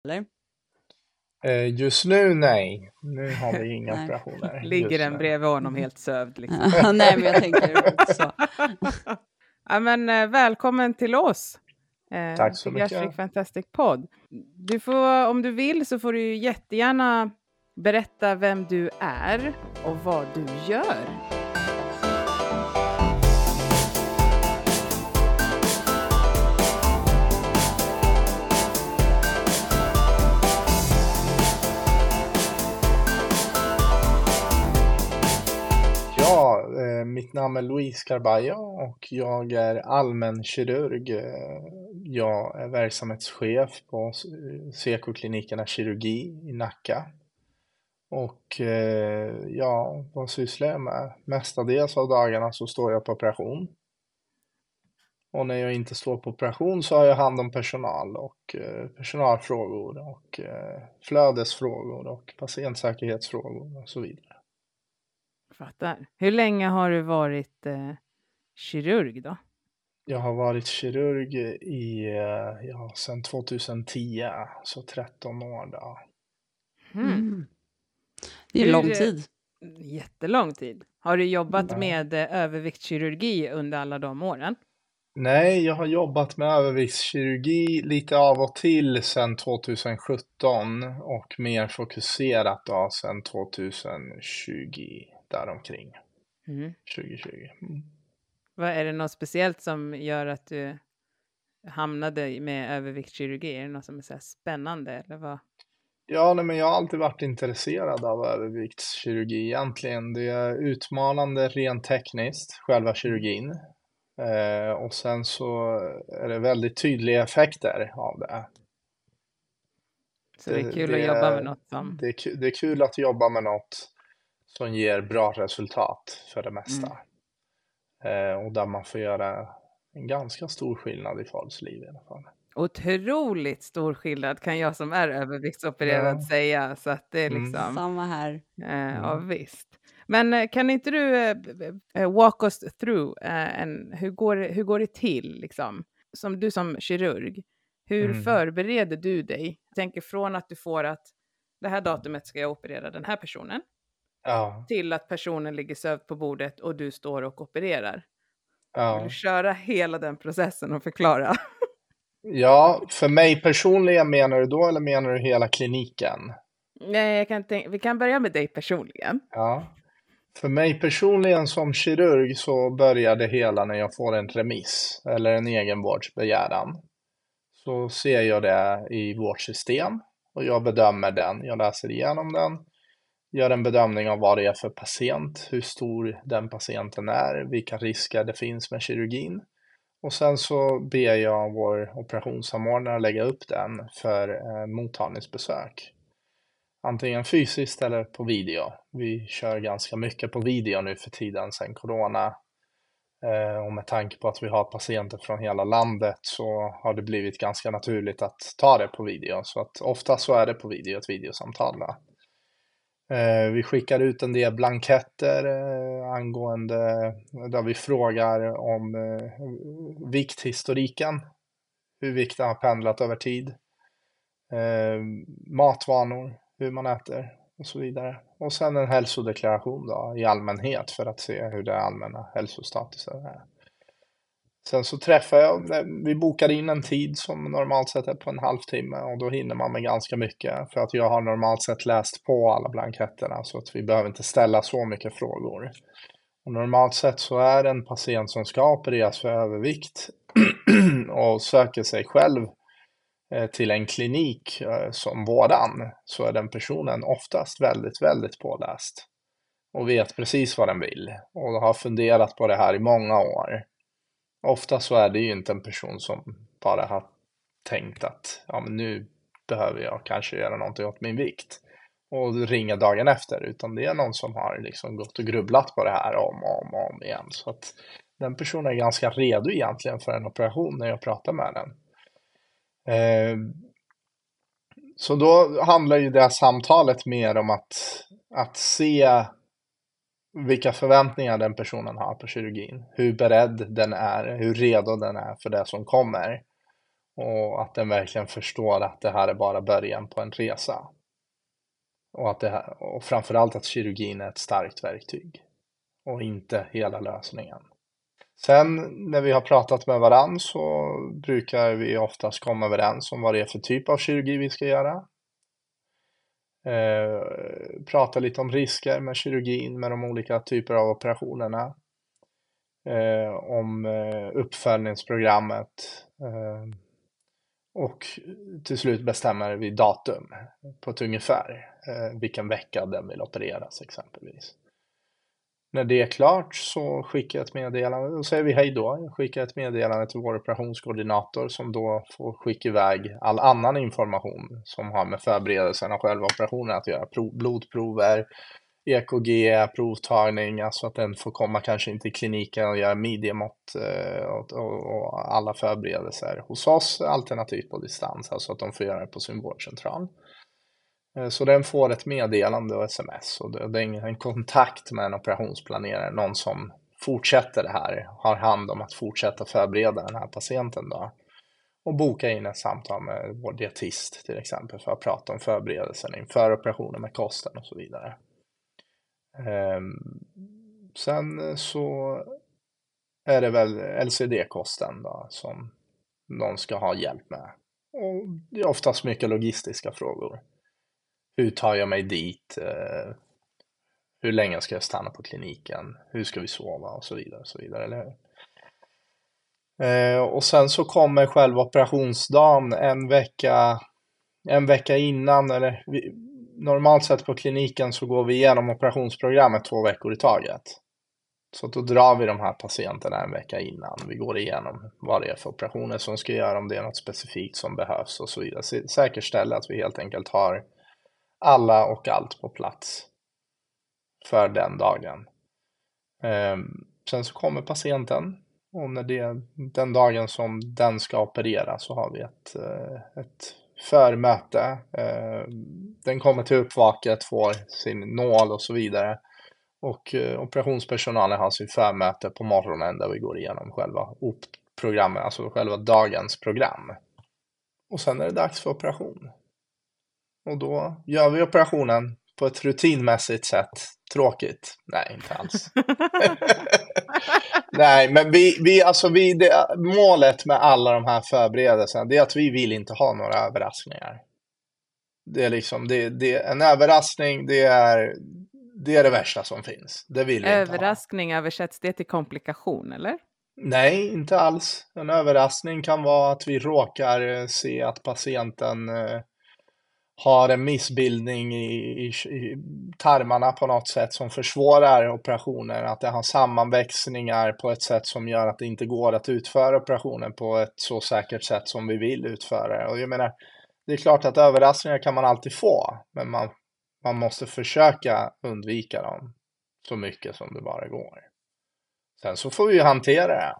eller? Just nu nej. Nu har vi inga Nej. operationer. Ligger just den nu. bredvid honom helt sövd liksom. Nej, men jag tänker så. Ja, men välkommen till oss. Tack så till mycket. Gastric Fantastic Podd. Du får, om du vill så får du ju jättegärna berätta vem du är och vad du gör. Ja, mitt namn är Luis Carballo och jag är allmänkirurg. Jag är verksamhetschef på Seko-klinikerna kirurgi i Nacka. Och ja, vad sysslar jag med? Mestadels av dagarna så står jag på operation. Och när jag inte står på operation så har jag hand om personal och personalfrågor och flödesfrågor och patientsäkerhetsfrågor och så vidare. Fattar. Hur länge har du varit kirurg då? Jag har varit kirurg sedan 2010, så 13 år då. Det är Hur- lång tid. Jättelång tid. Har du jobbat med överviktskirurgi under alla de åren? Nej, jag har jobbat med överviktskirurgi lite av och till sedan 2017 och mer fokuserat då sedan 2020 däromkring. 2020. Vad är det något speciellt som gör att du hamnade med överviktskirurgi? Är det något som är så här spännande eller vad? Ja, nej, men jag har alltid varit intresserad av överviktskirurgi egentligen. Det är utmanande rent tekniskt, själva kirurgin. Och sen så är det väldigt tydliga effekter av det. Så det är kul att jobba med något som... Det är kul att jobba med något som ger bra resultat för det mesta. Och där man får göra en ganska stor skillnad i folks liv i alla fall. Otroligt stor skillnad kan jag som är överviktsopererad säga. Så att det är liksom... Samma här. Ja, visst. Men kan inte du walk us through hur går det till liksom? Som du som kirurg, hur förbereder du dig? Jag tänker från att du får att det här datumet ska jag operera den här personen. Ja. Till att personen ligger sövd på bordet och du står och opererar. Ja. Vill du köra hela den processen och förklara? Ja, för mig personligen menar du då eller menar du hela kliniken? Nej, vi kan börja med dig personligen. Ja. För mig personligen som kirurg så börjar det hela när jag får en remiss eller en egenvårdsbegäran. Så ser jag det i vårt system och jag bedömer den. Jag läser igenom den, gör en bedömning av vad det är för patient, hur stor den patienten är, vilka risker det finns med kirurgin. Och sen så ber jag vår operationssamordnare lägga upp den för mottagningsbesök. Antingen fysiskt eller på video. Vi kör ganska mycket på video nu för tiden sedan corona. Och med tanke på att vi har patienter från hela landet så har det blivit ganska naturligt att ta det på video. Så att ofta så är det på video, ett videosamtal. Vi skickar ut en del blanketter angående där vi frågar om vikthistoriken. Hur vikten har pendlat över tid. Matvanor, hur man äter och så vidare. Och sen en hälsodeklaration då, i allmänhet för att se hur det allmänna hälsostatusen är. Sen så träffar vi bokar in en tid som normalt sett är på en halvtimme och då hinner man med ganska mycket för att jag har normalt sett läst på alla blanketterna så att vi behöver inte ställa så mycket frågor. Och normalt sett så är en patient som ska opereras för övervikt och söker sig själv till en klinik som vårdan så är den personen oftast väldigt, väldigt påläst och vet precis vad den vill och har funderat på det här i många år. Ofta så är det ju inte en person som bara har tänkt att ja, men nu behöver jag kanske göra någonting åt min vikt och ringa dagen efter, utan det är någon som har liksom gått och grubblat på det här om och om igen. Så att den personen är ganska redo egentligen för en operation när jag pratar med den. Så då handlar ju det här samtalet mer om att se vilka förväntningar den personen har på kirurgin. Hur beredd den är, hur redo den är för det som kommer. Och att den verkligen förstår att det här är bara början på en resa. Och framförallt att kirurgin är ett starkt verktyg. Och inte hela lösningen. Sen när vi har pratat med varann så brukar vi oftast komma överens om vad det är för typ av kirurgi vi ska göra. Prata lite om risker med kirurgin, med de olika typer av operationerna. Om uppföljningsprogrammet. Och till slut bestämmer vi datum på ett ungefär. Vilken vecka den vill opereras exempelvis. När det är klart så skickar jag ett meddelande. Då säger vi hej då. Jag skickar ett meddelande till vår operationskoordinator som då får skicka iväg all annan information som har med förberedelsen av själva operationen att göra. Blodprover, EKG, provtagning. Alltså att den får komma kanske inte i kliniken och göra midjemått och alla förberedelser hos oss. Alternativt på distans. Alltså att de får göra det på sin vårdcentral. Så den får ett meddelande och sms och det är en kontakt med en operationsplanerare, någon som fortsätter det här, har hand om att fortsätta förbereda den här patienten då. Och boka in ett samtal med vår dietist till exempel för att prata om förberedelsen inför operationen med kosten och så vidare. Sen så är det väl LCD-kosten då som någon ska ha hjälp med. Och det är oftast mycket logistiska frågor. Hur tar jag mig dit? Hur länge ska jag stanna på kliniken? Hur ska vi sova? Och så vidare. Och så vidare, eller hur? Och sen så kommer själva operationsdagen en vecka innan. Eller normalt sett på kliniken så går vi igenom operationsprogrammet 2 veckor i taget. Så då drar vi de här patienterna en vecka innan. Vi går igenom vad det är för operationer som ska göra, om det är något specifikt som behövs och så vidare. Säkerställa att vi helt enkelt har alla och allt på plats för den dagen. Sen så kommer patienten och när det är den dagen som den ska operera så har vi ett förmöte. Den kommer till uppvaket, får sin nål och så vidare. Och operationspersonalen har sin förmöte på morgonen där vi går igenom själva programmet, alltså själva dagens program. Och sen är det dags för operation. Och då gör vi operationen på ett rutinmässigt sätt. Tråkigt? Nej, inte alls. Nej, men målet med alla de här förberedelserna det är att vi vill inte ha några överraskningar. Det är liksom, en överraskning, det är det värsta som finns. Det vill vi inte ha. Överraskning, översätts det till komplikation, eller? Nej, inte alls. En överraskning kan vara att vi råkar se att patienten har en missbildning i tarmarna på något sätt som försvårar operationen. Att det har sammanväxningar på ett sätt som gör att det inte går att utföra operationen på ett så säkert sätt som vi vill utföra. Och jag menar, det är klart att överraskningar kan man alltid få. Men man måste försöka undvika dem så mycket som det bara går. Sen så får vi ju hantera det.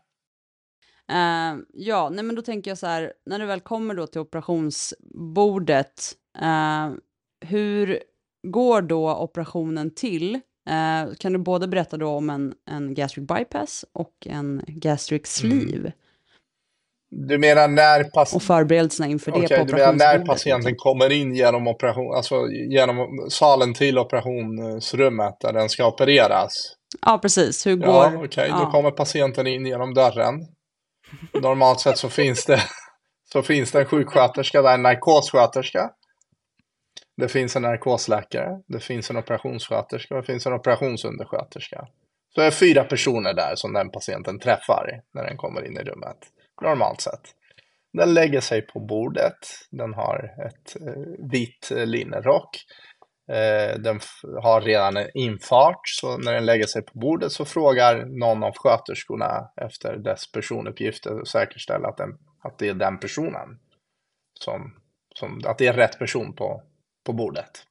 Ja, nej men då tänker jag så här, när du väl kommer då till operationsbordet, hur går då operationen till? Kan du både berätta då om en gastric bypass och en gastric sleeve? Du menar när och förberedelserna inför det på operationsbordet? Du menar när patienten kommer in genom operation, alltså genom salen till operationsrummet där den ska opereras? Ja, precis. Hur går... Ja, okej. Då kommer patienten in genom dörren. Normalt sett så finns det en sjuksköterska där, en narkossköterska. Det finns en narkosläkare. Det finns en operationssköterska. Det finns en operationsundersköterska. Så det är 4 personer där som den patienten träffar när den kommer in i rummet. Normalt sett. Den lägger sig på bordet. Den har ett vitt linnerock. Den har redan en infart, så när den lägger sig på bordet så frågar någon av sköterskorna efter dess personuppgifter och säkerställa att det är den personen att det är rätt person på bordet.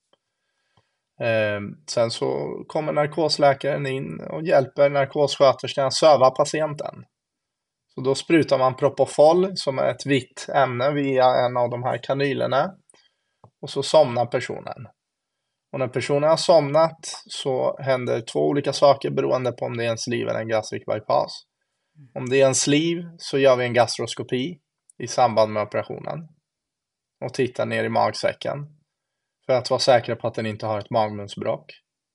Sen så kommer narkosläkaren in och hjälper narkossköterskan att söva patienten. Så då sprutar man Propofol som är ett vitt ämne via en av de här kanylerna och så somnar personen. Och när personen har somnat så händer 2 olika saker beroende på om det är en sleeve eller en gastric bypass. Om det är en sleeve så gör vi en gastroskopi. i samband med operationen och tittar ner i magsäcken för att vara säkra på att den inte har ett magmunsbråck.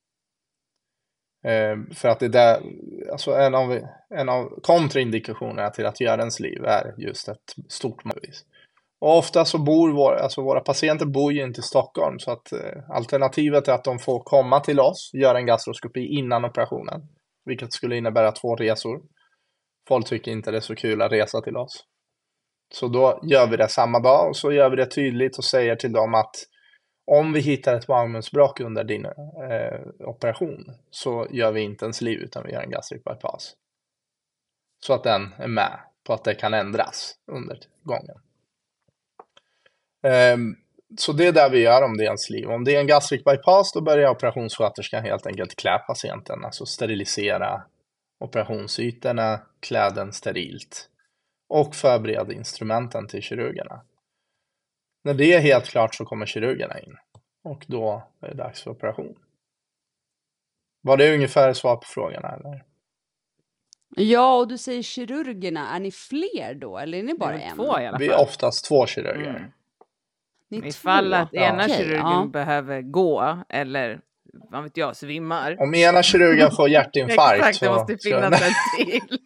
För att det där, alltså en av kontraindikationerna till att göra ens liv är just ett stort magvis. Och ofta så bor våra patienter bor ju inte i Stockholm, så att alternativet är att de får komma till oss, göra en gastroskopi innan operationen, vilket skulle innebära 2 resor. Folk tycker inte det är så kul att resa till oss. Så då gör vi det samma dag, och så gör vi det tydligt och säger till dem att om vi hittar ett magmunsbråck under din operation så gör vi inte ens liv utan vi gör en gastric bypass. Så att den är med på att det kan ändras under gången. Så det är där vi gör om det är ens liv. Om det är en gastric bypass, då börjar operationssköterskan helt enkelt klä patienten, alltså sterilisera operationsytorna, klä den sterilt och förbereda instrumenten till kirurgerna. När det är helt klart så kommer kirurgerna in och då är det dags för operation. Var det ungefär svar på frågan eller? Ja, och du säger kirurgerna. Är ni fler då eller är ni bara en? 2 i alla fall. Vi är oftast 2 kirurger. Ni är Ifall 2. att ena Okej, kirurgen behöver gå eller vad vet jag, svimmar. Om ena kirurgen får hjärtinfarkt Exakt, så... det måste finnas en till.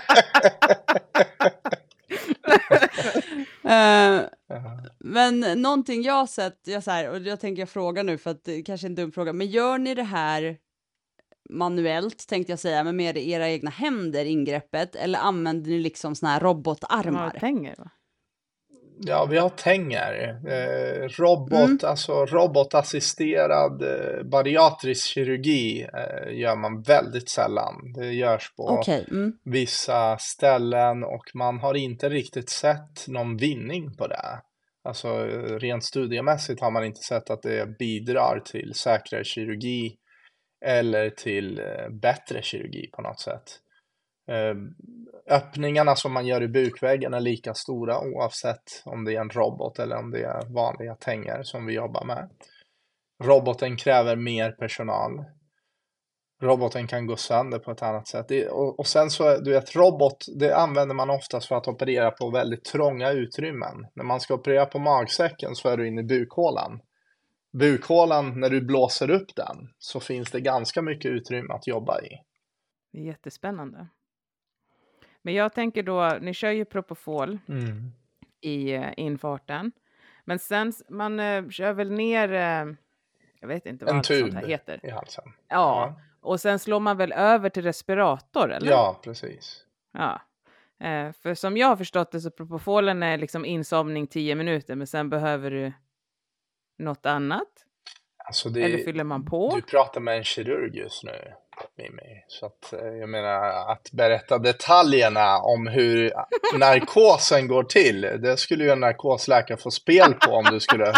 Men någonting jag har sett, och jag tänker fråga nu för att det kanske är en dum fråga, men gör ni det här manuellt tänkte jag säga, men med era egna händer ingreppet, eller använder ni liksom såna här robotarmar? Tänger, va? Ja, vi har tänger. Alltså robotassisterad bariatrisk kirurgi gör man väldigt sällan. Det görs på vissa ställen och man har inte riktigt sett någon vinning på det. Alltså rent studiemässigt har man inte sett att det bidrar till säkrare kirurgi eller till bättre kirurgi på något sätt. Öppningarna som man gör i bukväggen är lika stora oavsett om det är en robot eller om det är vanliga tänger som vi jobbar med. Roboten kräver mer personal. Roboten kan gå sönder på ett annat sätt. Och sen så, du vet, robot, det använder man oftast för att operera på väldigt trånga utrymmen. När man ska operera på magsäcken så är du inne i bukhålan. Bukhålan, när du blåser upp den så finns det ganska mycket utrymme att jobba i. Det är jättespännande. Men jag tänker då, ni kör ju propofol i infarten. Men sen, man kör väl ner, jag vet inte vad allt sånt här heter. I halsen. Ja, och sen slår man väl över till respirator, eller? Ja, precis. Ja, för som jag har förstått det så propofolen är liksom insomning 10 minuter, men sen behöver du något annat. Alltså eller fyller man på? Du pratar med en kirurg just nu, Mimmi. Så att, jag menar, att berätta detaljerna om hur narkosen går till, det skulle ju en narkosläkare få spel på om du skulle...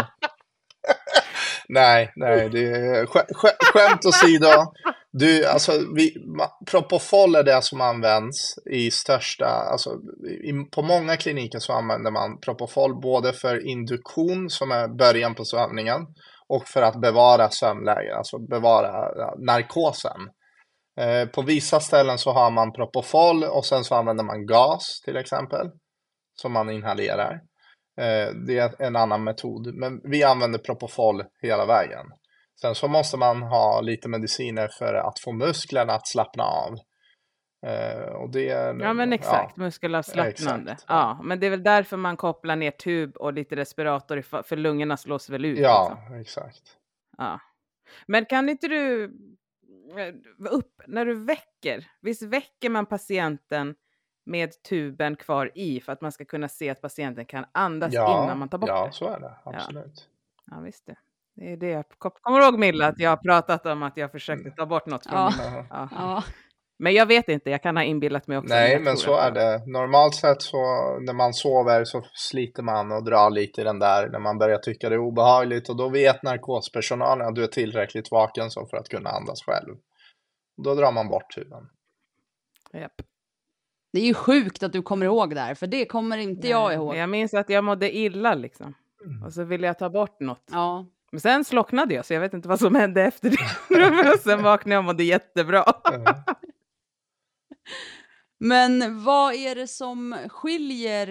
nej, det är skämt åsido. Propofol är det som används i största, alltså på många kliniker så använder man propofol både för induktion som är början på sövningen och för att bevara sömnläge, alltså bevara narkosen. På vissa ställen så har man propofol och sen så använder man gas till exempel som man inhalerar. Det är en annan metod, men vi använder propofol hela vägen. Sen så måste man ha lite mediciner för att få musklerna att slappna av. Och det är, ja, men exakt, muskelavslappnande. Exakt. Ja, men det är väl därför man kopplar ner tub och lite respirator, för lungorna slås väl ut. Ja, liksom. exakt. Ja. Men kan inte du när du väcker, visst väcker man patienten med tuben kvar i för att man ska kunna se att patienten kan andas innan man tar bort det? Ja, så är det, absolut. Ja, visst det. Det är det jag kommer ihåg, Milla, att jag har pratat om att jag försökte ta bort något från min. Ja. Men jag vet inte, jag kan ha inbillat mig också. Nej, men så är det. Normalt sett så när man sover så sliter man och drar lite i den där när man börjar tycka det är obehagligt. Och då vet narkospersonalen att du är tillräckligt vaken så för att kunna andas själv. Då drar man bort tuben. Japp. Det är ju sjukt att du kommer ihåg det här, för det kommer inte jag ihåg. Jag minns att jag mådde illa liksom. Och så ville jag ta bort något. Ja. Men sen slocknade jag, så jag vet inte vad som hände efter det. Sen vaknade jag och mådde jättebra. Men vad är det som skiljer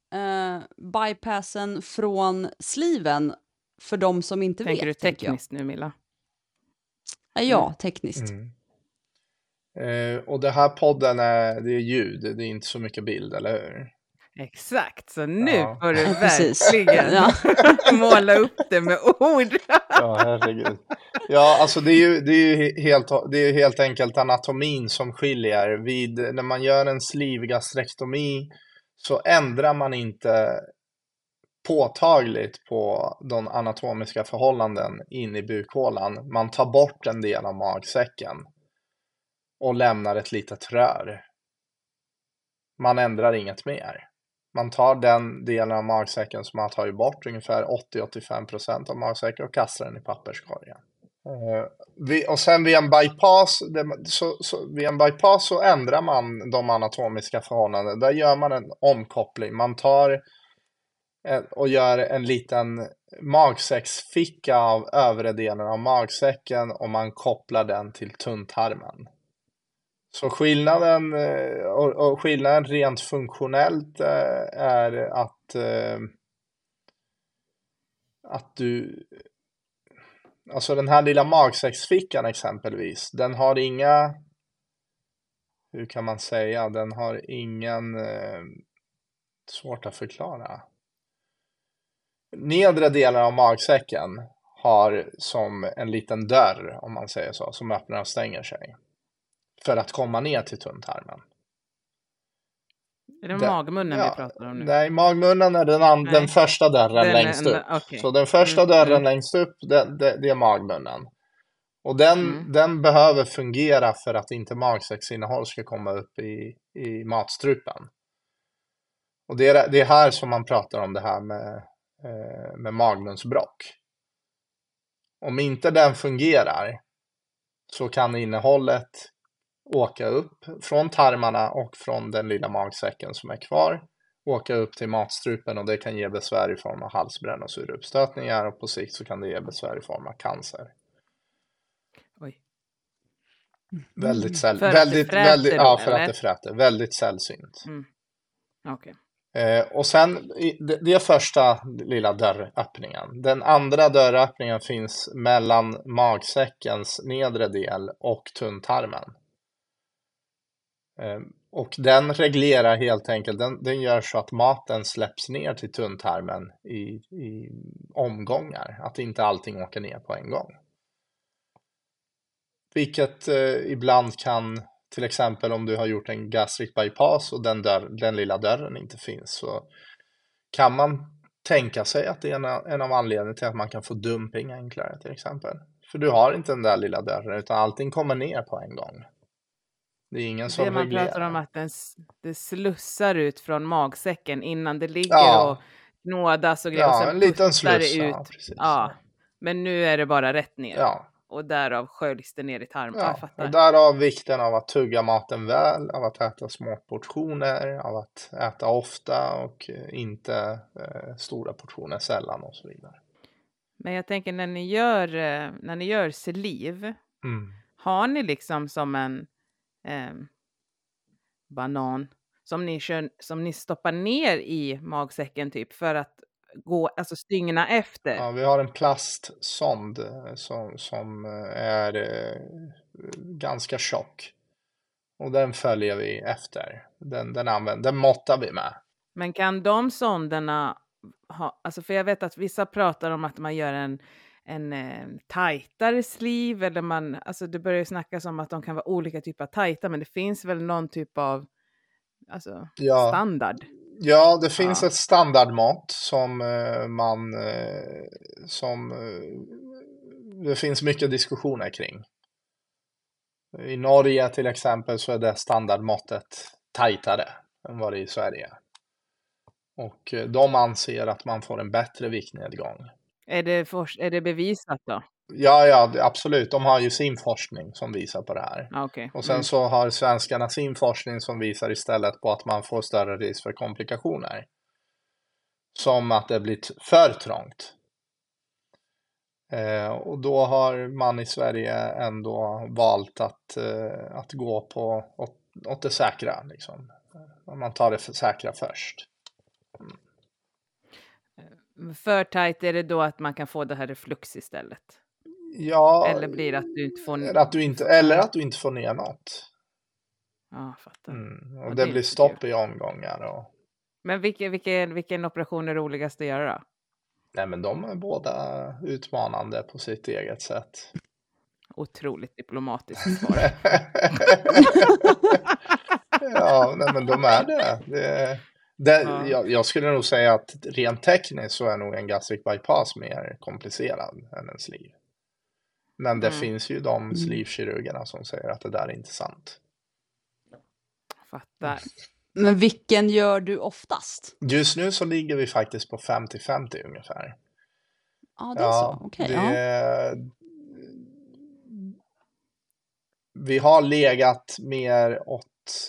bypassen från sliven för de som inte Tänker vet? du tekniskt nu, Milla? Ja, tekniskt. Och det här podden det är ljud, det är inte så mycket bild, eller hur? Exakt, så nu Ja. får du Precis. verkligen Ja. måla upp det med ord. Ja, herregud. Ja, alltså det är ju helt enkelt anatomin som skiljer. När man gör en slivgastrektomi så ändrar man inte påtagligt på de anatomiska förhållanden in i bukhålan. Man tar bort en del av magsäcken och lämnar ett litet rör. Man ändrar inget mer. Man tar den delen av magsäcken som man tar bort, ungefär 80-85% av magsäcken, och kastar den i papperskorgen. Och sen vid en bypass så ändrar man de anatomiska förhållandena. Där gör man en omkoppling. Man tar och gör en liten magsäcksficka av övre delen av magsäcken och man kopplar den till tunntarmen. Så skillnaden rent funktionellt är att alltså den här lilla magsäcksfickan exempelvis, den har inga, hur kan man säga, den har ingen, svårt att förklara. Nedre delen av magsäcken har som en liten dörr, om man säger så, som öppnar och stänger sig för att komma ner till tunntarmen. Är det magmunnen vi pratar om nu? Nej, magmunnen är den första dörren längst upp. Okay. Så den första dörren längst upp, det är magmunnen. Och den behöver fungera för att inte magsäcksinnehåll ska komma upp i matstrupen. Och det är här som man pratar om det här med magmunnsbråck. Om inte den fungerar så kan innehållet åka upp från tarmarna och från den lilla magsäcken som är kvar, åka upp till matstrupen, och det kan ge besvär i form av halsbränna och sura uppstötningar, och på sikt så kan det ge besvär i form av cancer. Oj. Väldigt för att det fräter. Väldigt sällsynt. Okay. Och sen, det är första lilla dörröppningen. Den andra dörröppningen finns mellan magsäckens nedre del och tunntarmen. Och den reglerar helt enkelt, den gör så att maten släpps ner till tunntarmen i omgångar. Att inte allting åker ner på en gång. Vilket ibland kan, till exempel om du har gjort en gastric bypass och den lilla dörren inte finns, så kan man tänka sig att det är en av anledningarna till att man kan få dumping enklare till exempel. För du har inte den där lilla dörren, utan allting kommer ner på en gång. Det är ingen som reglerar. Man pratar om att det slussar ut från magsäcken innan det ligger och knådas och grejer. Ja, en liten sluss. Ut. Ja, men nu är det bara rätt ner. Ja. Och därav sköljs det ner i tarmen. Ja, och därav vikten av att tugga maten väl, av att äta små portioner, av att äta ofta och inte stora portioner sällan och så vidare. Men jag tänker när ni gör sliv, har ni liksom som en banan som ni stoppar ner i magsäcken typ för att gå, alltså stygna efter? Ja, vi har en plastsond som är ganska tjock. Och den följer vi efter. Den måttar vi med. Men kan de sonderna ha, alltså för jag vet att vissa pratar om att man gör en tajtare sliv, eller alltså det börjar ju snackas om att de kan vara olika typer av tajta, men det finns väl någon typ av standard? Ja, det finns ett standardmått som det finns mycket diskussioner kring. I Norge till exempel så är det standardmåttet tajtare än vad det är i Sverige. Och de anser att man får en bättre viktnedgång. Är det bevisat då? Ja, absolut. De har ju sin forskning som visar på det här. Okay. Och sen så har svenskarna sin forskning som visar istället på att man får större risk för komplikationer. Som att det blir för trångt. Och då har man i Sverige ändå valt att gå åt det säkra. Liksom. Man tar det säkra först. för tajt, är det då att man kan få det här reflux istället? Ja, Eller blir det att du inte får... eller att du inte får ner något. Ja, fattar. Och Ja, det är blir inte stopp kul. i omgångar. Och... Men vilken operation är roligast att göra då? Nej, men de är båda utmanande på sitt eget sätt. Otroligt diplomatiskt svar. Ja, nej, men de är det. Jag skulle nog säga att rent tekniskt så är nog en gastric bypass mer komplicerad än en sleeve. Men det finns ju de sleeve-kirurgerna som säger att det där är inte sant. Fattar. Men vilken gör du oftast? Just nu så ligger vi faktiskt på 50-50 ungefär. Ja, det är så. Okej. Vi har legat mer åt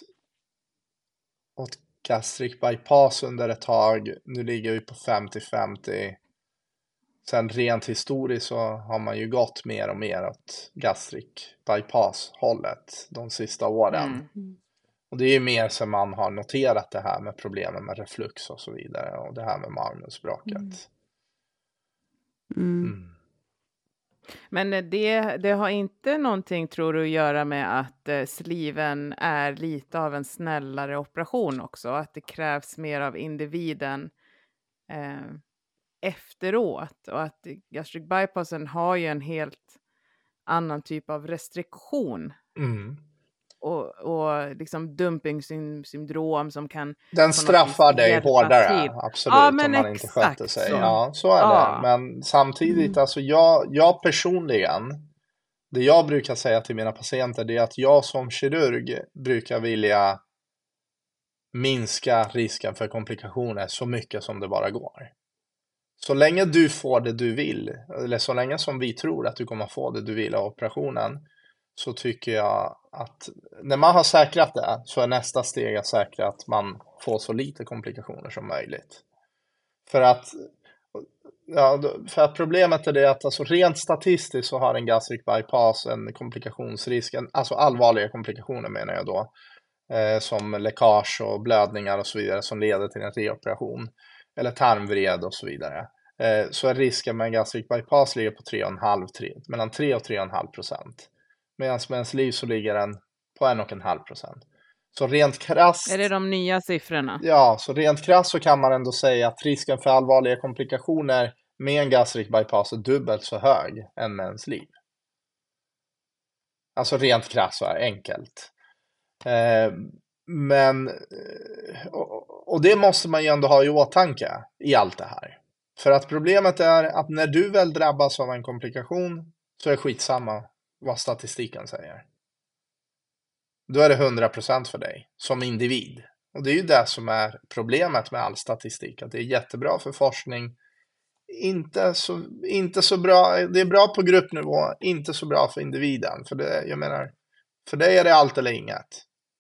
gastric bypass under ett tag. Nu ligger vi på 50-50. Sen rent historiskt så har man ju gått mer och mer åt gastric bypass-hållet de sista åren. Och det är ju mer som man har noterat det här med problemen med reflux och så vidare. Och det här med magnusbråcket. Men det har inte någonting, tror du, att göra med att sliven är lite av en snällare operation också? Att det krävs mer av individen efteråt? Och att gastric bypassen har ju en helt annan typ av restriktion. Och liksom dumping-syndrom som kan... Den straffar dig hårdare, till. absolut, Ja, men om man inte sköter sig. Så. Ja, så är det. Men samtidigt, alltså jag personligen, det jag brukar säga till mina patienter, det är att jag som kirurg brukar vilja minska risken för komplikationer så mycket som det bara går. Så länge du får det du vill, eller så länge som vi tror att du kommer få det du vill av operationen, så tycker jag att när man har säkrat det så är nästa steg att säkra att man får så lite komplikationer som möjligt. För att problemet är det att alltså rent statistiskt så har en gastric bypass en komplikationsrisk, alltså allvarliga komplikationer menar jag då, som läckage och blödningar och så vidare som leder till en reoperation eller tarmvred och så vidare. Så är risken med en gastric bypass ligger på mellan 3 och 3,5%. Medan med en sleeve så ligger den på 1,5%. Så rent krasst... Är det de nya siffrorna? Ja, så rent krasst så kan man ändå säga att risken för allvarliga komplikationer med en gastric bypass är dubbelt så hög än med en sleeve. Alltså rent krasst så är enkelt. Men... Och det måste man ju ändå ha i åtanke i allt det här. För att problemet är att när du väl drabbas av en komplikation så är det skitsamma vad statistiken säger. Då är det 100% för dig som individ. Och det är ju det som är problemet med all statistik. Att det är jättebra för forskning. Inte så bra. Det är bra på gruppnivå. Inte så bra för individen. För det, jag menar, för dig är det allt eller inget.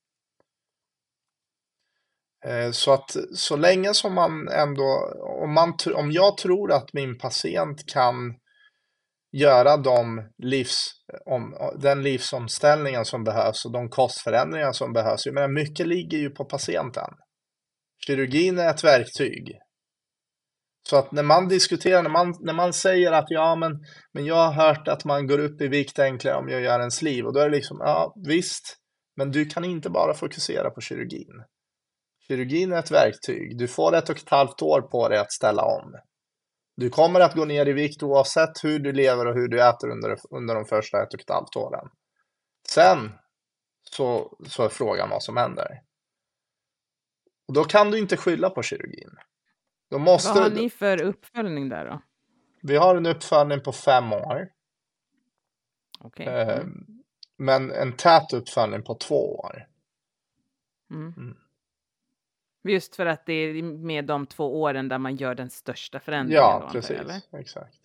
Så att så länge som man ändå, om jag tror att min patient kan göra den livsomställningen som behövs och de kostförändringar som behövs. Jag menar, mycket ligger ju på patienten. Kirurgin är ett verktyg. Så att när man diskuterar, när man säger att men jag har hört att man går upp i vikt enklare om jag gör en sleeve. Och då är det liksom, ja visst, men du kan inte bara fokusera på kirurgin. Kirurgin är ett verktyg. Du får 1,5 år på dig att ställa om. Du kommer att gå ner i vikt oavsett hur du lever och hur du äter under de första 1,5 åren. Sen så är frågan vad som händer. Och då kan du inte skylla på kirurgin. Vad har ni för uppföljning där då? Vi har en uppföljning på 5 år. Okay. Men en tät uppföljning på 2 år. Just för att det är med de 2 åren där man gör den största förändringen. Ja, då, precis. Eller? Exakt.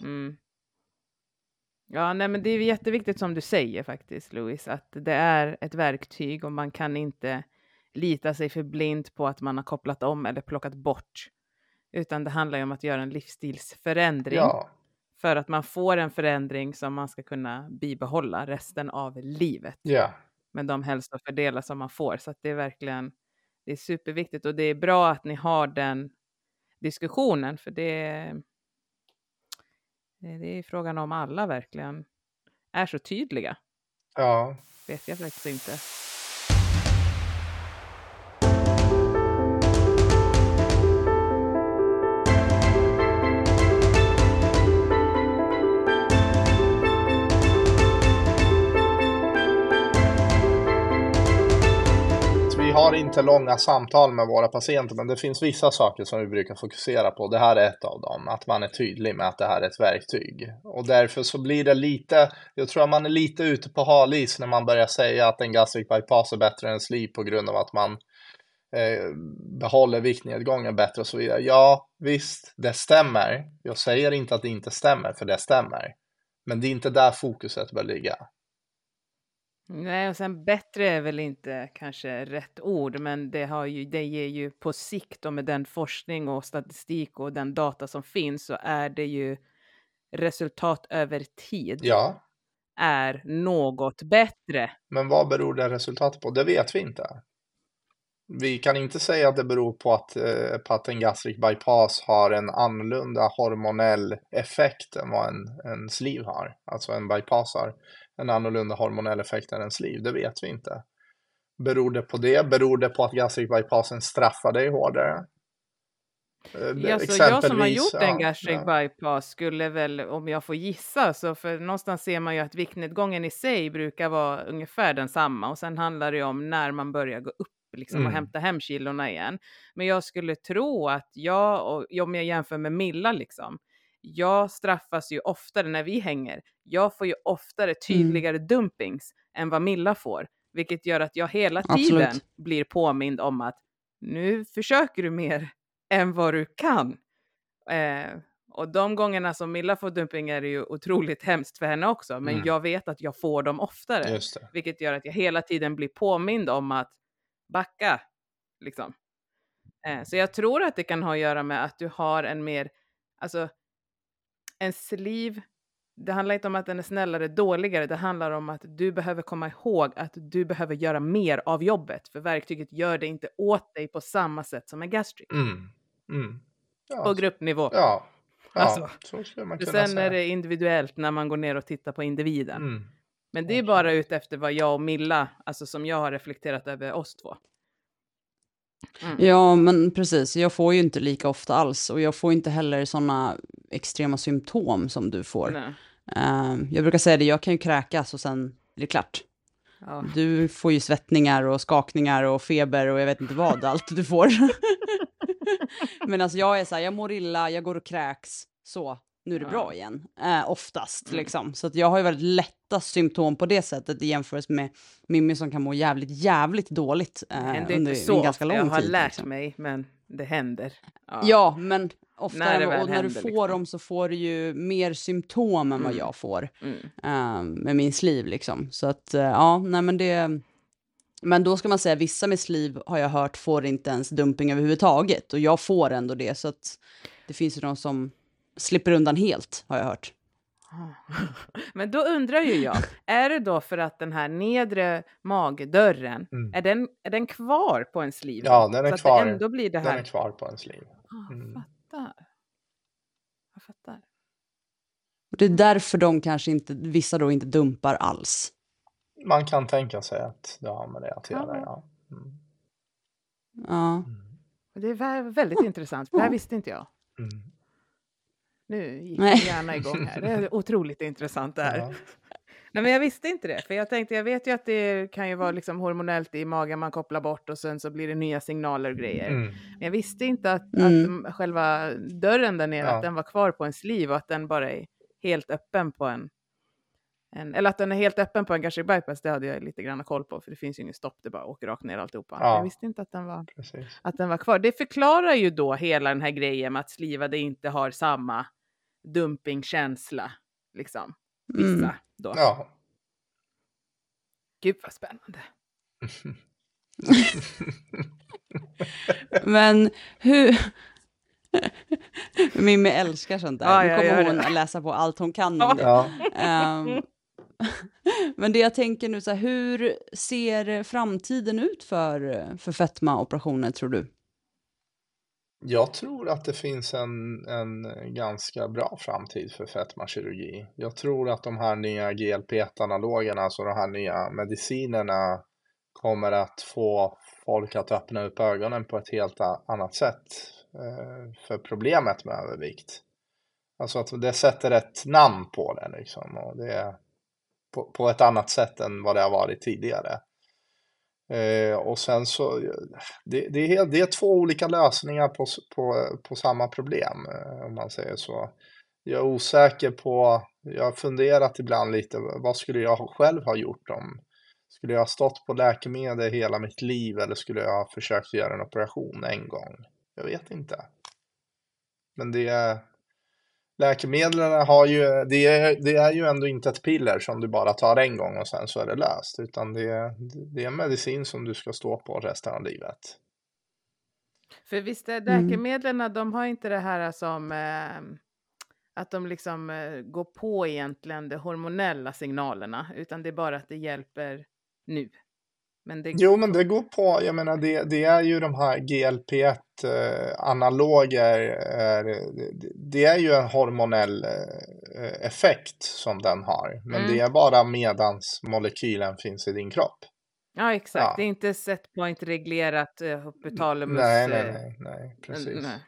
Ja, nej, men det är jätteviktigt som du säger faktiskt, Louis, att det är ett verktyg och man kan inte lita sig för blint på att man har kopplat om eller plockat bort. Utan det handlar ju om att göra en livsstilsförändring. Ja. För att man får en förändring som man ska kunna bibehålla resten av livet. Ja. Med de hälsofördelar som man får. Så att det är verkligen, det är superviktigt. Och det är bra att ni har den diskussionen. För det Det är frågan om alla verkligen är så tydliga. Ja. Vet jag faktiskt inte. Vi har inte långa samtal med våra patienter, men det finns vissa saker som vi brukar fokusera på. Det här är ett av dem, att man är tydlig med att det här är ett verktyg. Och därför så blir det lite, jag tror att man är lite ute på halis när man börjar säga att en gastric bypass är bättre än sleeve på grund av att man behåller viktnedgången bättre och så vidare. Ja, visst, det stämmer. Jag säger inte att det inte stämmer, för det stämmer. Men det är inte där fokuset bör ligga. Nej, och sen bättre är väl inte kanske rätt ord, men det ger ju på sikt och med den forskning och statistik och den data som finns så är det ju resultat över tid. Ja. Är något bättre. Men vad beror det resultatet på? Det vet vi inte. Vi kan inte säga att det beror på att en gastric bypass har en annorlunda hormonell effekt än vad en sleeve har. Alltså en bypass har en annorlunda hormonell effekt än en sleeve. Det vet vi inte. Beror det på det? Beror det på att gastric bypassen straffar dig hårdare? Ja, så jag som har gjort en gastric bypass skulle väl, om jag får gissa, så för någonstans ser man ju att viktnedgången i sig brukar vara ungefär densamma. Och sen handlar det om när man börjar gå upp liksom, och hämta hem kilorna igen. Men jag skulle tro att om jag jämför med Milla liksom, jag straffas ju oftare när vi hänger. Jag får ju oftare tydligare dumpings än vad Milla får. Vilket gör att jag hela tiden blir påmind om att nu försöker du mer än vad du kan. Och de gångerna som Milla får dumping är det ju otroligt hemskt för henne också. Men jag vet att jag får dem oftare. Vilket gör att jag hela tiden blir påmind om att backa. Liksom. Så jag tror att det kan ha att göra med att du har en mer, alltså en sleeve. Det handlar inte om att den är snällare, dåligare. Det handlar om att du behöver komma ihåg att du behöver göra mer av jobbet. För verktyget gör det inte åt dig på samma sätt som en gastric. Ja. På gruppnivå. Ja, alltså, så skulle man kunna sen säga. är det individuellt när man går ner och tittar på individen. Men det är bara ut efter vad jag och Milla, alltså som jag har reflekterat över oss två. Ja, men precis. Jag får ju inte lika ofta alls. Och jag får inte heller sådana extrema symptom som du får. Jag brukar säga det, jag kan ju kräkas och sen är det klart. Ja. Du får ju svettningar och skakningar och feber och jag vet inte vad, allt du får. Men alltså jag är så här, jag mår illa, jag går och kräks, så nu är det bra igen. Oftast liksom. Så att jag har ju väldigt lätta symptom på det sättet i jämförelse med Mimmi som kan må jävligt dåligt under en ganska lång tid. Jag har lärt liksom. mig, men det händer. Ja, men ofta när du får liksom dem så får du ju mer symptom än vad jag får med min sleeve liksom. Så att ja, nej men det... Men då ska man säga, vissa med sleeve har jag hört får inte ens dumping överhuvudtaget. Och jag får ändå det, så att det finns ju de som slipper undan helt, har jag hört. Men då undrar ju jag, är det då för att den här nedre magdörren, är den kvar på en sleeve? Ja, den är så kvar. Att det ändå blir det här... Den är kvar på en sleeve. Jag fattar. Och det är därför de kanske inte, vissa då inte dumpar alls. Man kan tänka sig att det har med det att göra, ja. Ja. Det är väldigt intressant, för det här visste inte jag. Nu gick min hjärna igång här. Det är otroligt intressant det här. Ja. Nej, men jag visste inte det. För jag vet ju att det kan ju vara liksom hormonellt i magen man kopplar bort och sen så blir det nya signaler och grejer. Men jag visste inte att själva dörren där nere, att den var kvar på en sleeve och att den bara är helt öppen på en eller att den är helt öppen på en gastric bypass, det hade jag lite grann koll på, för det finns ju ingen stopp, det bara åker rakt ner alltihopa. Ja. Jag visste inte att den var kvar. Det förklarar ju då hela den här grejen med att slivade inte har samma dumpingkänsla, liksom. Vissa då. Ja. Gud vad spännande. Men hur... Mimmi älskar sånt där. Nu kommer hon läsa på allt hon kan om det. Ja. Men det jag tänker nu, så här, hur ser framtiden ut för fetmaoperationer, tror du? Jag tror att det finns en ganska bra framtid för fetmakirurgi. Jag tror att de här nya GLP-1-analogerna, alltså de här nya medicinerna, kommer att få folk att öppna upp ögonen på ett helt annat sätt för problemet med övervikt. Alltså att det sätter ett namn på det liksom, och det är på ett annat sätt än vad det har varit tidigare. Och sen så, det är två olika lösningar på samma problem, om man säger så. Jag är osäker på, jag har funderat ibland lite, vad skulle jag själv ha gjort om, skulle jag ha stått på läkemedel hela mitt liv eller skulle jag ha försökt göra en operation en gång? Jag vet inte. Men läkemedlen har ju, det är ju ändå inte ett piller som du bara tar en gång och sen så är det löst, utan det är en medicin som du ska stå på resten av livet. För visst är läkemedlen, de har inte det här som att de liksom går på egentligen de hormonella signalerna, utan det är bara att det hjälper nu. Men det... Jo, men det går på, jag menar det är ju de här GLP-1-analoger, det är ju en hormonell effekt som den har, men det är bara medans molekylen finns i din kropp. Ja, exakt. Ja. Det är inte setpoint-reglerat hypotalamus. Nej, precis. Nej.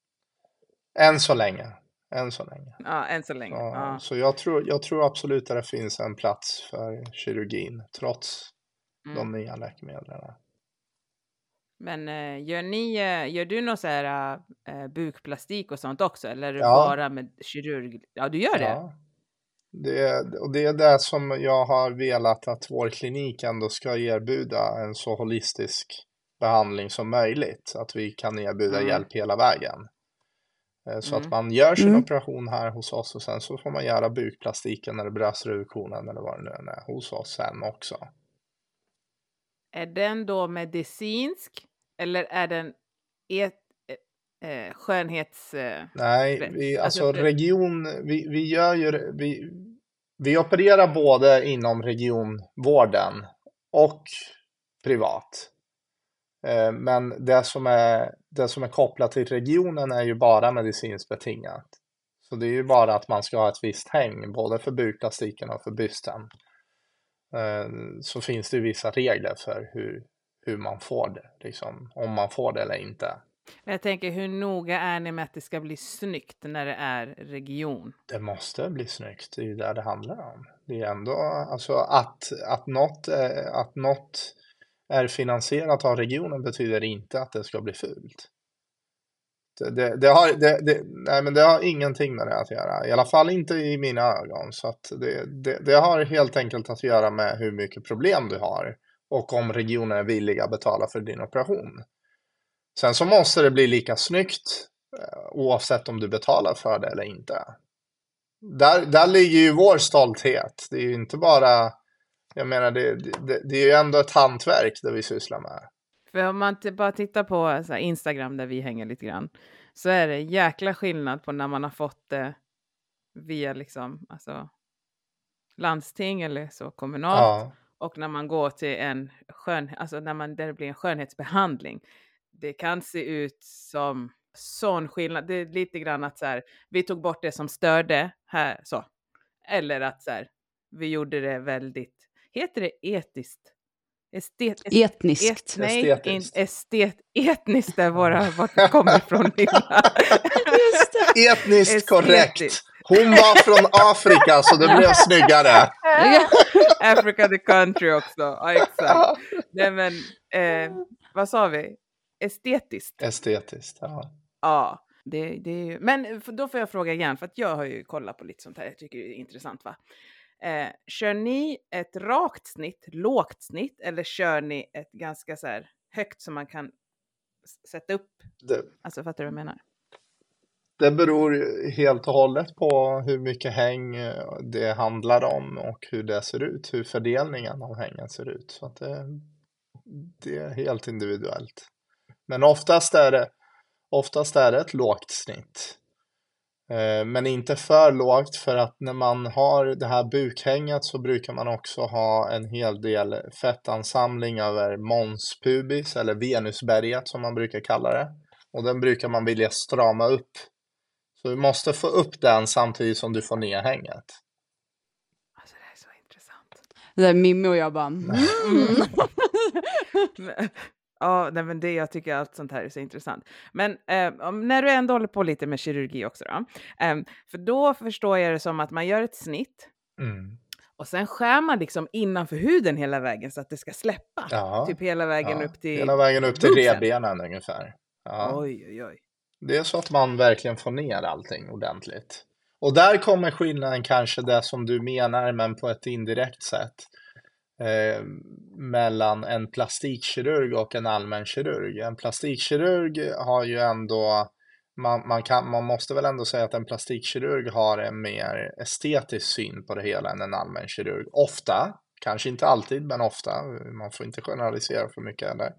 Än så länge. Ja, än så länge. Ja. Så jag tror absolut att det finns en plats för kirurgin, trots de nya läkemedlen. Men gör du någon så här bukplastik och sånt också? Eller är du bara med kirurg? Ja, du gör det? Ja. Det är det som jag har velat att vår klinik ändå ska erbjuda, en så holistisk behandling som möjligt. Att vi kan erbjuda hjälp hela vägen. Så att man gör sin operation här hos oss och sen så får man göra bukplastiken eller bröstreduktionen eller vad det nu är hos oss sen också. Är den då medicinsk eller är den skönhets... Nej, vi opererar både inom regionvården och privat. Men det som är kopplat till regionen är ju bara medicinskt betingat. Så det är ju bara att man ska ha ett visst häng både för bukplastiken och för bysten. Så finns det ju vissa regler för hur man får det, liksom, om man får det eller inte. Jag tänker, hur noga är ni med att det ska bli snyggt när det är region? Det måste bli snyggt, det är ju det det handlar om. Det är ändå, alltså att något är finansierat av regionen betyder inte att det ska bli fult. Det har ingenting med det att göra. I alla fall inte i mina ögon. Så att det har helt enkelt att göra med hur mycket problem du har. Och om regionen är villiga att betala för din operation. Sen så måste det bli lika snyggt oavsett om du betalar för det eller inte. Där ligger ju vår stolthet. Det är ju inte bara... Jag menar, det är ju ändå ett hantverk det vi sysslar med. För om man bara tittar på så här Instagram där vi hänger lite grann, så är det jäkla skillnad på när man har fått det via liksom, alltså, landsting eller så kommunalt och när man går till en där det blir en skönhetsbehandling. Det kan se ut som sån skillnad. Det är lite grann att så här, vi tog bort det som störde här så. Eller att så här, vi gjorde det väldigt, heter det etiskt? Etniskt. Etniskt är vart vi kommer ifrån. Etniskt korrekt. Hon var från Afrika så det blev snyggare. Africa the country också. Ja, exakt. Nej, men vad sa vi? Estetiskt, ja. Ja, det är ju... Men då får jag fråga igen, för att jag har ju kollat på lite sånt här. Jag tycker det är intressant, va? Kör ni ett rakt snitt, lågt snitt, eller kör ni ett ganska så här högt som man kan sätta upp? Alltså, fattar du vad jag menar? Det beror helt och hållet på hur mycket häng det handlar om och hur det ser ut, hur fördelningen av hängen ser ut. Så att det är helt individuellt. Men oftast är det ett lågt snitt. Men inte för lågt, för att när man har det här bukhänget så brukar man också ha en hel del fettansamling över mons pubis eller venusberget som man brukar kalla det. Och den brukar man vilja strama upp. Så du måste få upp den samtidigt som du får ner hänget. Alltså det är så intressant. Det där Mimmi och jag bara... Ja, nej, men jag tycker allt sånt här är så intressant. Men när du ändå håller på lite med kirurgi också då. För då förstår jag det som att man gör ett snitt. Och sen skär man liksom innanför huden hela vägen så att det ska släppa. Ja, typ hela vägen upp till... Hela vägen upp till revbenen ungefär. Ja. Oj. Det är så att man verkligen får ner allting ordentligt. Och där kommer skillnaden kanske det som du menar, men på ett indirekt sätt. Mellan en plastikkirurg och en allmänkirurg. En plastikkirurg har ju ändå... Man måste väl ändå säga att en plastikkirurg har en mer estetisk syn på det hela än en allmänkirurg. Ofta, kanske inte alltid, men ofta. Man får inte generalisera för mycket heller.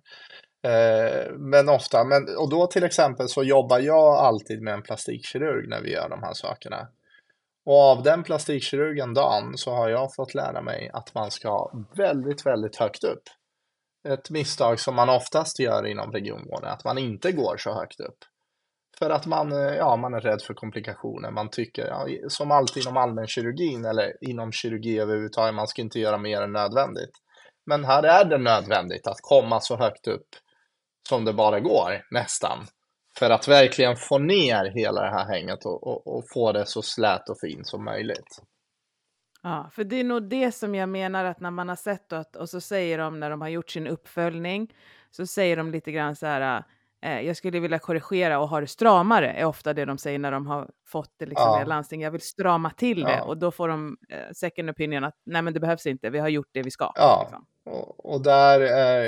Men ofta. Och då till exempel så jobbar jag alltid med en plastikkirurg när vi gör de här sakerna. Och av den plastikkirurgen Dan så har jag fått lära mig att man ska ha väldigt, väldigt högt upp. Ett misstag som man oftast gör inom regionvården, att man inte går så högt upp. För att man är rädd för komplikationer. Man tycker, som alltid inom allmänkirurgin eller inom kirurgi överhuvudtaget, man ska inte göra mer än nödvändigt. Men här är det nödvändigt att komma så högt upp som det bara går, nästan. För att verkligen få ner hela det här hänget och få det så slät och fint som möjligt. Ja, för det är nog det som jag menar, att när man har sett och så säger de när de har gjort sin uppföljning, så säger de lite grann så här, jag skulle vilja korrigera och ha det stramare, är ofta det de säger när de har fått det liksom i landsting. Jag vill strama till det, och då får de second opinion att nej, men det behövs inte, vi har gjort det vi ska. Ja, liksom. och där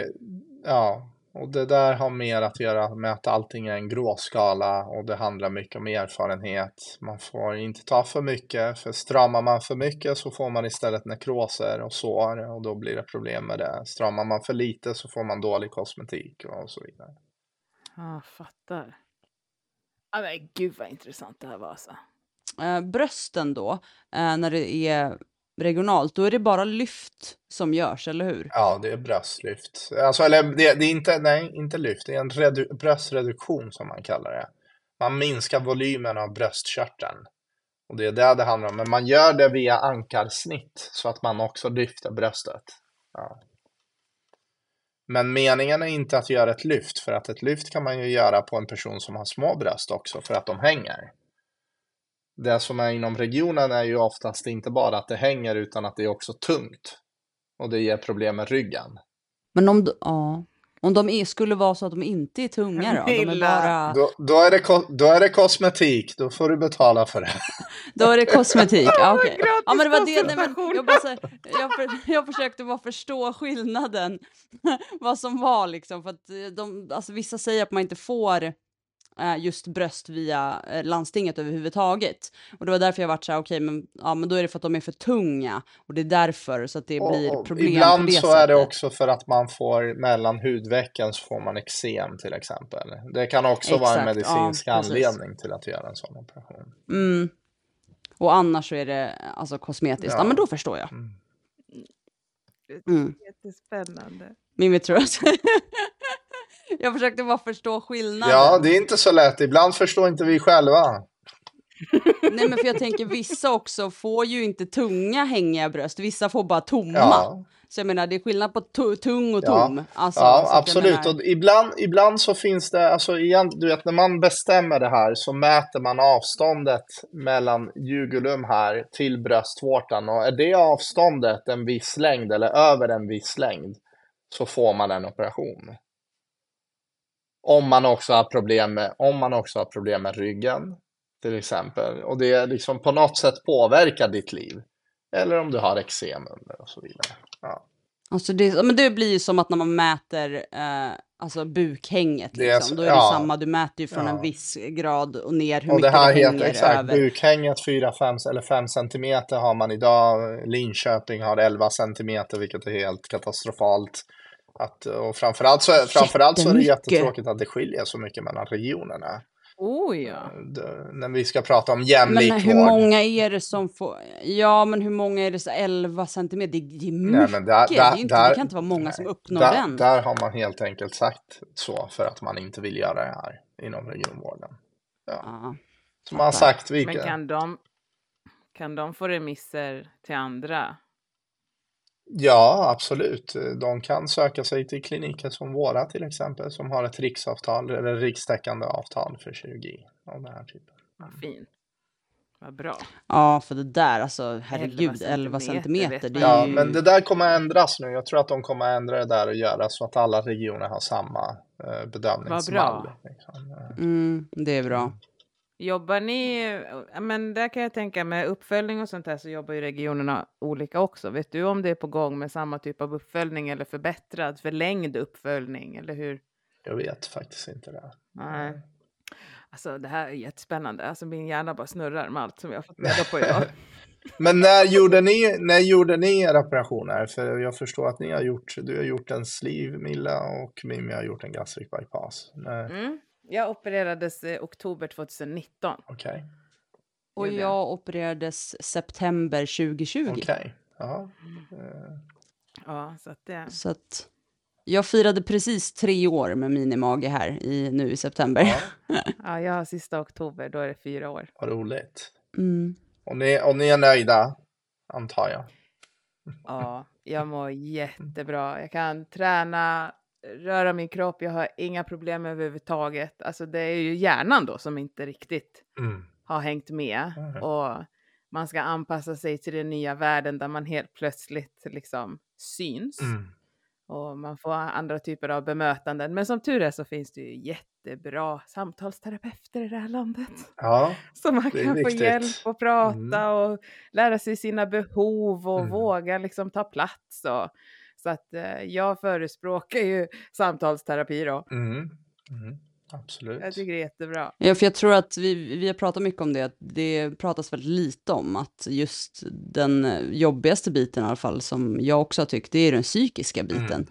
och det där har mer att göra med att allting är en gråskala och det handlar mycket om erfarenhet. Man får inte ta för mycket, för stramar man för mycket så får man istället nekroser och sår och då blir det problem med det. Stramar man för lite så får man dålig kosmetik och så vidare. Ja, fattar. Ja, men gud vad intressant det här var alltså. Brösten då, när det är regionalt, då är det bara lyft som görs, eller hur? Ja, det är bröstlyft. Alltså, eller det är inte lyft, det är en bröstreduktion som man kallar det. Man minskar volymen av bröstkörteln. Och det är det handlar om. Men man gör det via ankarsnitt så att man också lyfter bröstet. Ja. Men meningen är inte att göra ett lyft, för att ett lyft kan man ju göra på en person som har små bröst också för att de hänger. Det som är inom regionen är ju oftast inte bara att det hänger utan att det är också tungt. Och det ger problem med ryggen. Men om de skulle vara så att de inte är tunga då? De är bara... Då är det kosmetik, då får du betala för det. Då är det kosmetik, okej. Ja, men det var det, men jag försökte bara förstå skillnaden. Vad som var liksom, för att vissa säger att man inte får just bröst via landstinget överhuvudtaget. Och det var därför jag varit så här, okej, men då är det för att de är för tunga. Och det är därför så att det blir problem. Ibland på det så sättet. är det också för att man får mellan hudvecken så får man eksem till exempel. Det kan också vara en medicinsk anledning till att göra en sån operation. Mm. Och annars så är det alltså kosmetiskt. Ja, men då förstår jag. Jättespännande. Mimmi tror jag. Jag försökte bara förstå skillnaden. Ja, det är inte så lätt. Ibland förstår inte vi själva. Nej, men för jag tänker vissa också får ju inte tunga hängiga bröst. Vissa får bara tomma. Ja. Så jag menar, det är skillnad på tung och tom. Ja, alltså, absolut. Och ibland så finns det, alltså igen, du vet, när man bestämmer det här så mäter man avståndet mellan jugulum här till bröstvårtan. Och är det avståndet en viss längd eller över en viss längd så får man en operation. Om man också har problem med ryggen till exempel. Och det liksom på något sätt påverkar ditt liv. Eller om du har eksem under och så vidare. Ja. Alltså men det blir ju som att när man mäter alltså bukhänget. Liksom. Då är det samma, du mäter ju från en viss grad och ner hur mycket det hänger exakt, över. Bukhänget 4-5 eller 5 centimeter har man idag. Linköping har 11 centimeter, vilket är helt katastrofalt. Och framförallt så är det jättetråkigt att det skiljer så mycket mellan regionerna. När vi ska prata om jämlik vård. Men hur många är det som får... Ja, men hur många är det så 11 centimeter? Det är mycket. Nej, men det kan inte vara många som uppnår den. Där har man helt enkelt sagt så för att man inte vill göra det här. inom regionvården. Ja. Ja. Som man har sagt, Men kan de få remisser till andra? Ja, absolut. De kan söka sig till kliniker som våra till exempel, som har ett riksavtal eller rikstäckande avtal för kirurgi av den här typen. Vad fint. Vad bra. Ja, för det där, alltså herregud, 11 centimeter. Det är Ja, ju... men det där kommer ändras nu. Jag tror att de kommer ändra det där och göra så att alla regioner har samma bedömningsmall. Liksom. Det är bra. Jobbar ni, men där kan jag tänka med uppföljning och sånt här, så jobbar ju regionerna olika också. Vet du om det är på gång med samma typ av uppföljning eller förlängd uppföljning eller hur? Jag vet faktiskt inte det. Nej. Alltså det här är jättespännande. Alltså min hjärna bara snurrar med allt som jag har fått reda på idag. Men när gjorde ni era operationer? För jag förstår att du har gjort en sleeve, Milla, och Mimmi har gjort en gastric bypass. Jag opererades i oktober 2019. Okej. Och jag opererades september 2020. Okej. Ja. Ja, så att det... Så att jag firade precis 3 år med minimage här nu i september. Ja. Ja, jag har sista oktober, då är det 4 år. Vad roligt. Mm. Och ni är nöjda, antar jag. Ja, jag mår jättebra. Jag kan träna, röra min kropp. Jag har inga problem överhuvudtaget. Alltså det är ju hjärnan då som inte riktigt har hängt med. Och man ska anpassa sig till den nya världen där man helt plötsligt liksom syns. Och man får andra typer av bemötanden. Men som tur är så finns det ju jättebra samtalsterapeuter i det här landet. Ja, så man kan få hjälp och prata och lära sig sina behov och våga liksom ta plats. Så att jag förespråkar ju samtalsterapi då. Absolut. Jag tycker det är jättebra. Ja, för jag tror att vi har pratat mycket om det. Att det pratas väldigt lite om att just den jobbigaste biten i alla fall, som jag också har tyckt, det är den psykiska biten.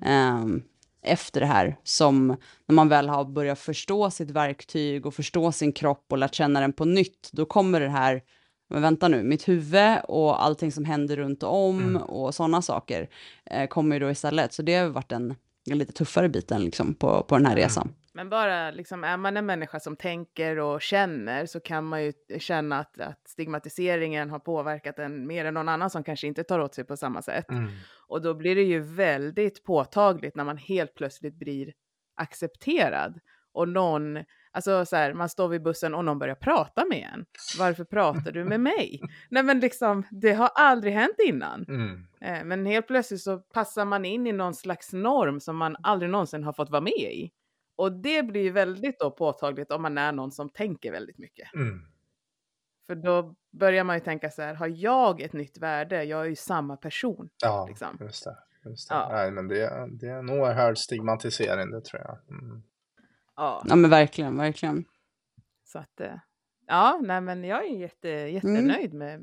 Efter det här, som när man väl har börjat förstå sitt verktyg och förstå sin kropp och lärt känna den på nytt, då kommer det här, men vänta nu, mitt huvud och allting som händer runt om och sådana saker kommer ju då istället. Så det har varit en lite tuffare biten liksom på den här resan. Men bara liksom, är man en människa som tänker och känner, så kan man ju känna att stigmatiseringen har påverkat en mer än någon annan som kanske inte tar åt sig på samma sätt. Och då blir det ju väldigt påtagligt när man helt plötsligt blir accepterad. Och någon, alltså så här, man står vid bussen och någon börjar prata med en. Varför pratar du med mig? Nej men liksom, det har aldrig hänt innan. Men helt plötsligt så passar man in i någon slags norm som man aldrig någonsin har fått vara med i. Och det blir ju väldigt då påtagligt om man är någon som tänker väldigt mycket. För då börjar man ju tänka så här, har jag ett nytt värde? Jag är ju samma person. Ja, liksom. just det. Ja. Nej, men det är nog en hög stigmatisering, det tror jag. Ja, men verkligen. Så att, ja, nej men jag är jättenöjd med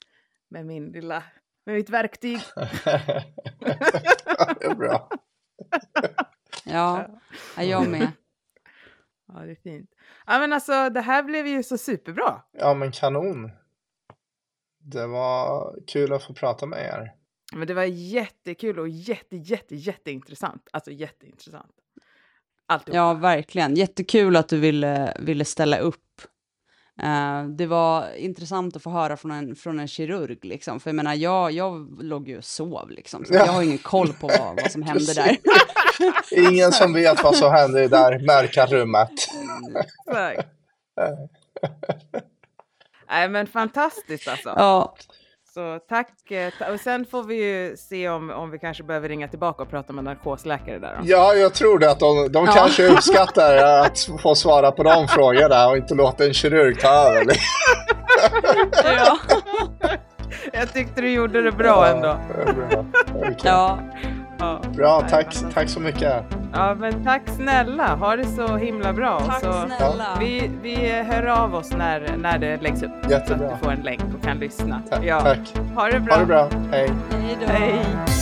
mitt verktyg. Det är bra. Ja, jag med. Ja, det är fint. Ja, men alltså, det här blev ju så superbra. Ja, men kanon. Det var kul att få prata med er. Men det var jättekul och jätteintressant. Alltså jätteintressant. Alltid. Ja, verkligen. Jättekul att du ville ställa upp. Det var intressant att få höra från en kirurg liksom. För jag menar, jag låg ju och sov liksom. Så jag har ingen koll på vad som hände där. Ingen som vet vad som hände i där märka rummet. Nej, men fantastiskt alltså. Ja. Så tack. Och sen får vi ju se om vi kanske behöver ringa tillbaka och prata med narkosläkare där då. Ja, jag tror det, att de kanske uppskattar att få svara på de frågorna och inte låta en kirurg ta över. Ja. Jag tyckte du gjorde det bra ändå. Bra. Okay. Ja. Bra, tack så mycket. Ja, men tack snälla. Ha det så himla bra. Tack så snälla. Vi hör av oss när det läggs upp. Jättebra. Så att du får en länk och kan lyssna. Tack. Ha det bra. Ha det bra. Hej. Hej då. Hej.